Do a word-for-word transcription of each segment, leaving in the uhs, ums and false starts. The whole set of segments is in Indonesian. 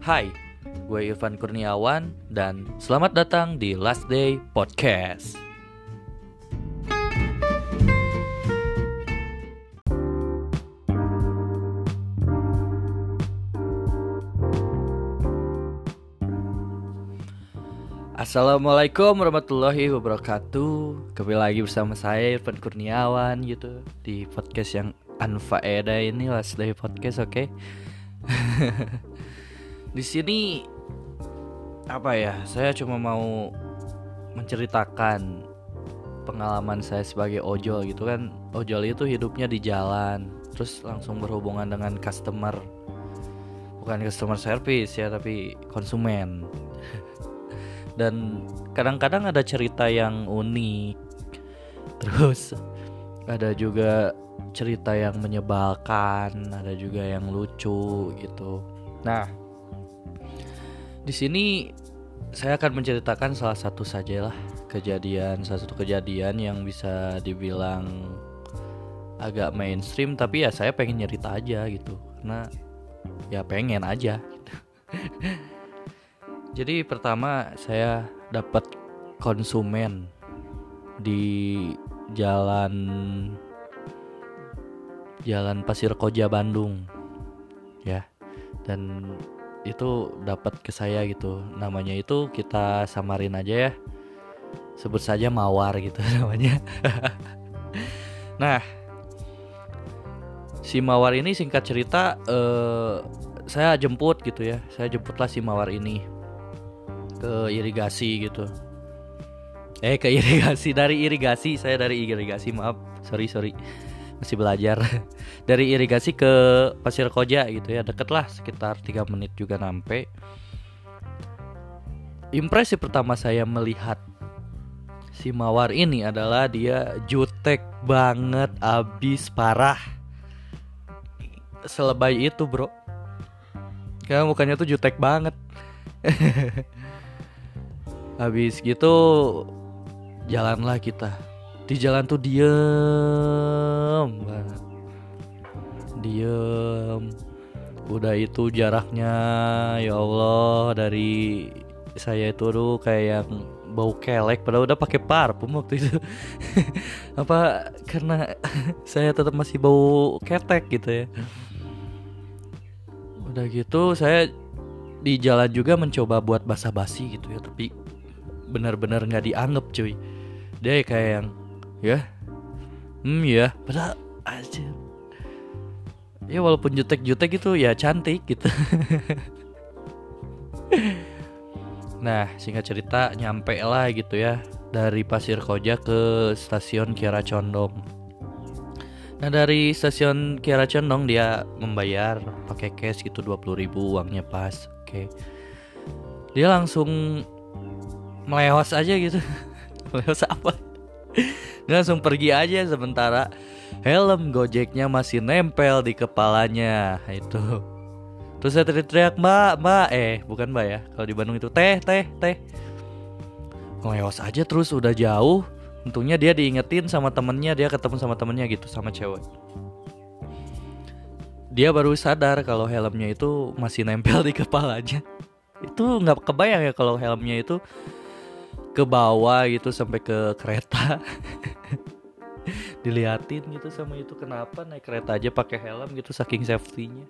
Hai, gue Irfan Kurniawan dan selamat datang di Last Day Podcast. Assalamualaikum warahmatullahi wabarakatuh. Kembali lagi bersama saya Irfan Kurniawan gitu di podcast yang unfaedah ini, Last Day Podcast, oke? Okay? Di sini apa ya? Saya cuma mau menceritakan pengalaman saya sebagai ojol gitu kan. Ojol itu hidupnya di jalan, terus langsung berhubungan dengan customer. Bukan customer service ya, tapi konsumen. Dan kadang-kadang ada cerita yang unik. Terus ada juga cerita yang menyebalkan, ada juga yang lucu gitu. Nah, di sini saya akan menceritakan salah satu sajalah kejadian, salah satu kejadian yang bisa dibilang agak mainstream, tapi ya saya pengen nyerita aja gitu, karena ya pengen aja gitu. Jadi pertama saya dapat konsumen di jalan Jalan Pasir Koja Bandung, ya, dan itu dapat ke saya gitu. Namanya itu kita samarin aja ya, sebut saja Mawar gitu namanya. Nah, si Mawar ini singkat cerita eh, saya jemput gitu ya. Saya jemputlah si Mawar ini ke irigasi gitu. Eh ke irigasi dari irigasi saya dari irigasi maaf sorry sorry masih belajar. Dari irigasi ke Pasir Koja gitu ya, deket lah, sekitar tiga menit juga nyampe. Impresi pertama saya melihat si Mawar ini adalah dia jutek banget, abis parah. Selebay itu bro, karena mukanya tuh jutek banget. Habis gitu jalanlah kita. Di jalan tuh diem banget, diem. Udah itu jaraknya, ya Allah, dari saya itu tuh kayak yang bau kelek, padahal udah pakai parfum waktu itu. Apa karena saya tetap masih bau ketek gitu ya. Udah gitu saya di jalan juga mencoba buat basa-basi gitu ya, tapi benar-benar nggak dianggap cuy. Dia kayak yang ya, hmm ya, padahal aja. Ya walaupun jutek-jutek gitu ya cantik gitu. Nah singkat cerita nyampe lah gitu ya, dari Pasir Koja ke stasiun Kiara Condong. Nah dari stasiun Kiara Condong dia membayar pakai cash gitu dua puluh ribu, uangnya pas. Oke, dia langsung melewas aja gitu. Melewas apa? Dia langsung pergi aja, sementara helm Gojeknya masih nempel di kepalanya. Itu. Terus saya teriak-teriak, "Mbak, Mbak." Eh, bukan Mbak ya. Kalau di Bandung itu teh, teh, teh. Melewas aja terus udah jauh. Untungnya dia diingetin sama temennya, dia ketemu sama temennya gitu, sama cewek. Dia baru sadar kalau helmnya itu masih nempel di kepalanya. Itu nggak kebayang ya kalau helmnya itu ke bawah gitu sampai ke kereta. Diliatin gitu sama itu, kenapa naik kereta aja pakai helm gitu, saking safety-nya.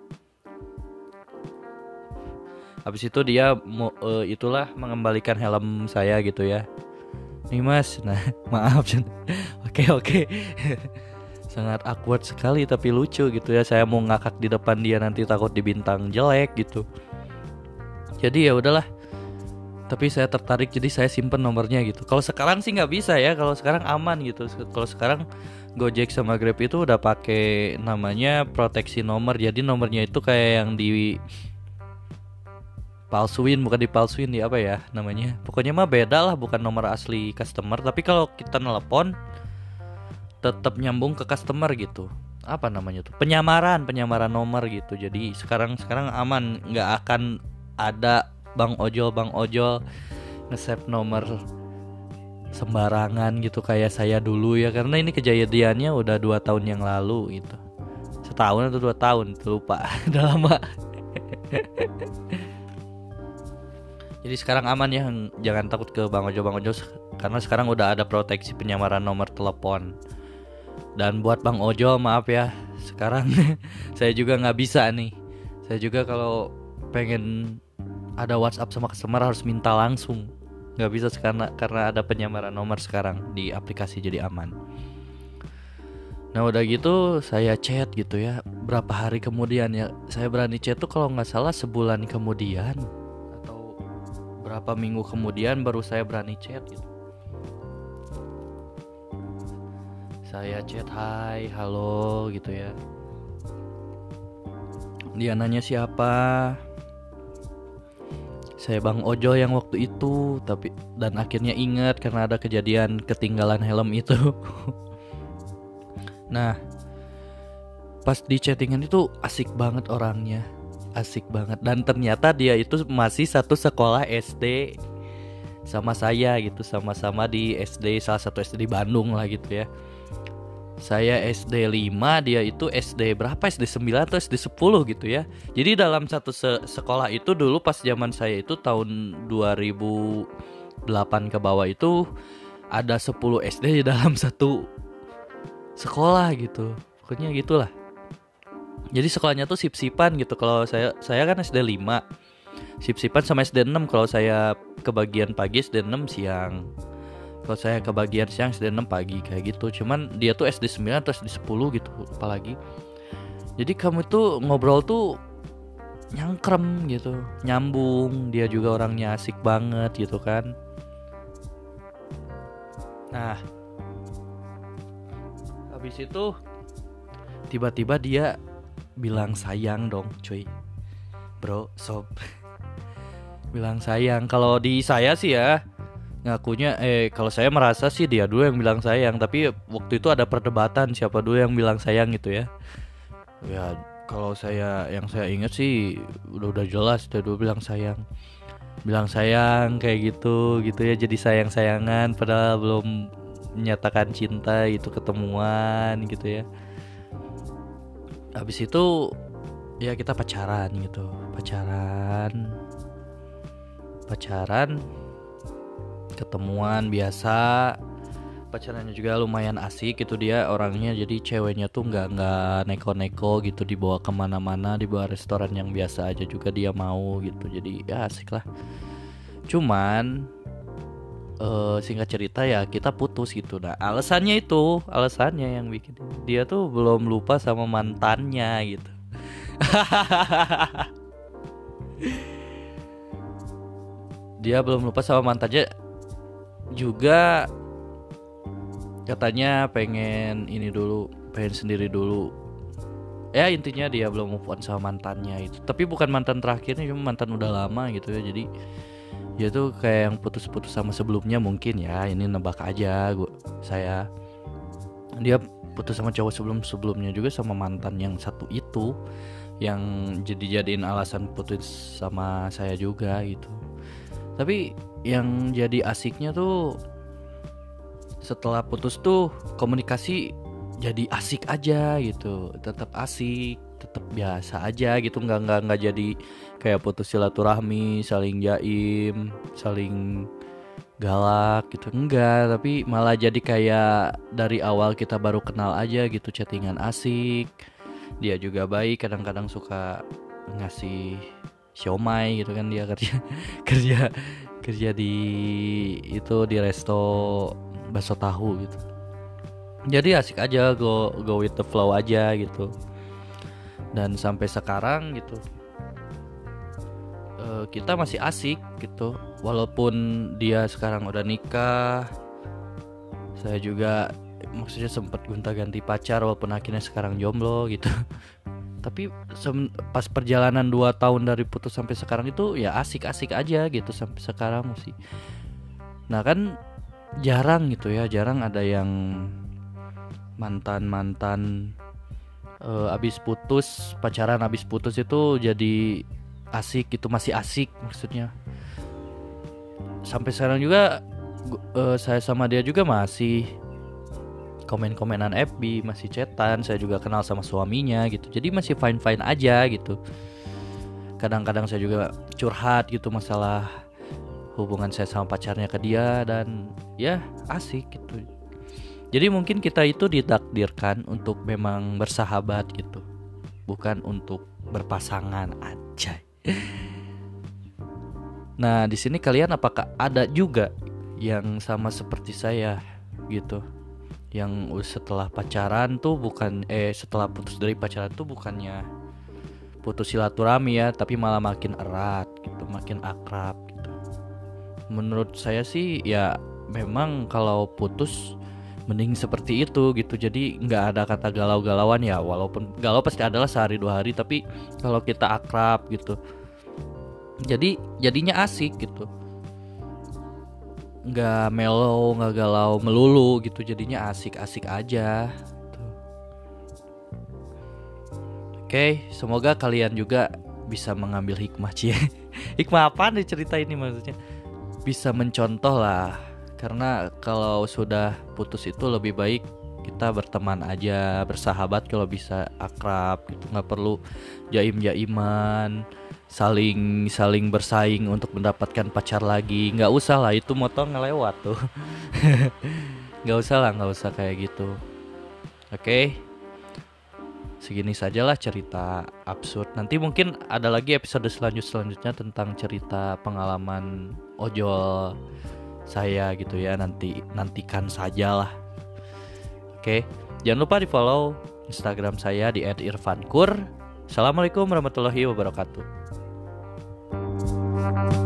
Habis itu dia mo, uh, itulah mengembalikan helm saya gitu ya. Nih mas, nah maaf. Oke oke. Sangat awkward sekali tapi lucu gitu ya. Saya mau ngakak di depan dia, nanti takut dibintang jelek gitu. Jadi ya udahlah. Tapi saya tertarik, jadi saya simpen nomornya gitu. Kalau sekarang sih nggak bisa ya. Kalau sekarang aman gitu. Kalau sekarang Gojek sama Grab itu udah pakai namanya proteksi nomor. Jadi nomornya itu kayak yang di palsuin, bukan dipalsuin, di apa ya namanya. Pokoknya mah beda lah, bukan nomor asli customer. Tapi kalau kita nelpon tetap nyambung ke customer gitu. Apa namanya tuh? Penyamaran, penyamaran nomor gitu. Jadi sekarang sekarang aman, nggak akan ada Bang ojol, bang ojol nge-save nomor sembarangan gitu kayak saya dulu ya. Karena ini kejadiannya udah dua tahun yang lalu gitu. Setahun atau dua tahun, lupa. Udah lama. Jadi sekarang aman ya, jangan takut ke Bang Ojo Bang Ojo karena sekarang udah ada proteksi penyamaran nomor telepon. Dan buat Bang Ojo maaf ya, sekarang saya juga nggak bisa nih. Saya juga kalau pengen ada WhatsApp sama customer harus minta langsung, nggak bisa karena karena ada penyamaran nomor sekarang di aplikasi jadi aman. Nah udah gitu saya chat gitu ya, berapa hari kemudian ya saya berani chat tuh kalau nggak salah sebulan kemudian atau berapa minggu kemudian baru saya berani chat gitu. Saya chat hai halo gitu ya, dia nanya siapa, saya Bang Ojo yang waktu itu, tapi dan akhirnya ingat karena ada kejadian ketinggalan helm itu. Nah pas di chattingan itu asik banget orangnya, asik banget, dan ternyata dia itu masih satu sekolah S D sama saya gitu, sama-sama di S D, salah satu S D di Bandung lah gitu ya. Saya S D lima, dia itu S D berapa, S D sembilan atau S D sepuluh gitu ya. Jadi dalam satu se- sekolah itu dulu pas zaman saya itu tahun dua ribu delapan ke bawah itu ada sepuluh S D di dalam satu sekolah gitu. Pokoknya gitulah. Jadi sekolahnya tuh sip-sipan gitu. Kalau saya saya kan S D lima. Sip-sipan sama S D enam, kalau saya kebagian pagi S D enam siang. Kalau saya kebagian siang S D enam pagi kayak gitu. Cuman dia tuh S D sembilan atau S D sepuluh gitu apalagi. Jadi kamu tuh ngobrol tuh nyangkrem gitu, nyambung. Dia juga orangnya asik banget gitu kan. Nah habis itu tiba-tiba dia bilang sayang dong cuy. Bro sob bilang sayang. Kalau di saya sih ya ngakunya eh kalau saya merasa sih dia dulu yang bilang sayang, tapi waktu itu ada perdebatan siapa dulu yang bilang sayang gitu ya. Ya kalau saya yang saya ingat sih udah udah jelas dia dulu bilang sayang. Bilang sayang kayak gitu gitu ya, jadi sayang-sayangan padahal belum menyatakan cinta itu, ketemuan gitu ya. Habis itu ya kita pacaran gitu. Pacaran Pacaran ketemuan biasa, pacarannya juga lumayan asik gitu. Dia orangnya jadi ceweknya tuh nggak nggak neko-neko gitu, dibawa kemana-mana, dibawa restoran yang biasa aja juga dia mau gitu. Jadi ya asik lah. Cuman uh, singkat cerita ya kita putus gitu. Nah alasannya itu alasannya yang bikin dia tuh belum lupa sama mantannya gitu. Dia belum lupa sama mantannya juga, katanya pengen ini dulu, pengen sendiri dulu. Ya intinya dia belum move on sama mantannya itu. Tapi bukan mantan terakhirnya, cuma mantan udah lama gitu ya. Jadi dia tuh kayak yang putus-putus sama sebelumnya mungkin ya. Ini nebak aja gua, saya. Dia putus sama cowok sebelum-sebelumnya juga sama mantan yang satu itu, yang jadi-jadiin alasan putus sama saya juga gitu. Tapi yang jadi asiknya tuh setelah putus tuh komunikasi jadi asik aja gitu, tetap asik, tetap biasa aja gitu, nggak nggak nggak jadi kayak putus silaturahmi, saling jaim, saling galak gitu, enggak. Tapi malah jadi kayak dari awal kita baru kenal aja gitu, chattingan asik. Dia juga baik, kadang-kadang suka ngasih siomay gitu kan, dia kerja kerja kerja di itu di resto bakso tahu gitu. Jadi asik aja, go go with the flow aja gitu. Dan sampai sekarang gitu uh, kita masih asik gitu. Walaupun dia sekarang udah nikah, saya juga maksudnya sempat gonta-ganti pacar walaupun akhirnya sekarang jomblo gitu. Tapi sem- pas perjalanan dua tahun dari putus sampai sekarang itu ya asik-asik aja gitu sampai sekarang sih. Nah kan jarang gitu ya, jarang ada yang mantan-mantan uh, abis putus, pacaran abis putus itu jadi asik gitu, masih asik maksudnya. Sampai sekarang juga uh, saya sama dia juga masih komen-komenan F B, masih chatan. Saya juga kenal sama suaminya gitu, jadi masih fine-fine aja gitu. Kadang-kadang saya juga curhat gitu masalah hubungan saya sama pacarnya ke dia, dan ya asik gitu. Jadi mungkin kita itu ditakdirkan untuk memang bersahabat gitu, bukan untuk berpasangan aja. Nah, di sini kalian apakah ada juga yang sama seperti saya gitu, yang setelah pacaran tuh bukan eh setelah putus dari pacaran tuh bukannya putus silaturahmi ya, tapi malah makin erat gitu, makin akrab gitu. Menurut saya sih ya memang kalau putus mending seperti itu gitu. Jadi nggak ada kata galau-galauan ya, walaupun galau pasti adalah sehari dua hari, tapi kalau kita akrab gitu, jadi jadinya asik gitu, nggak mellow, nggak galau melulu gitu, jadinya asik-asik aja gitu. Oke, semoga kalian juga bisa mengambil hikmah cie. Hikmah apa nih cerita ini maksudnya? Bisa mencontoh lah, karena kalau sudah putus itu lebih baik kita berteman aja, bersahabat kalau bisa, akrab gitu, nggak perlu jaim-jaiman, saling saling bersaing untuk mendapatkan pacar lagi. Nggak usah lah, itu motor ngelewat tuh. Nggak usah lah, nggak usah kayak gitu. Oke, segini sajalah cerita absurd. Nanti mungkin ada lagi episode selanjut selanjutnya tentang cerita pengalaman ojol saya gitu ya. Nanti nantikan sajalah. Oke, jangan lupa di follow Instagram saya di et irfankur. Assalamualaikum warahmatullahi wabarakatuh.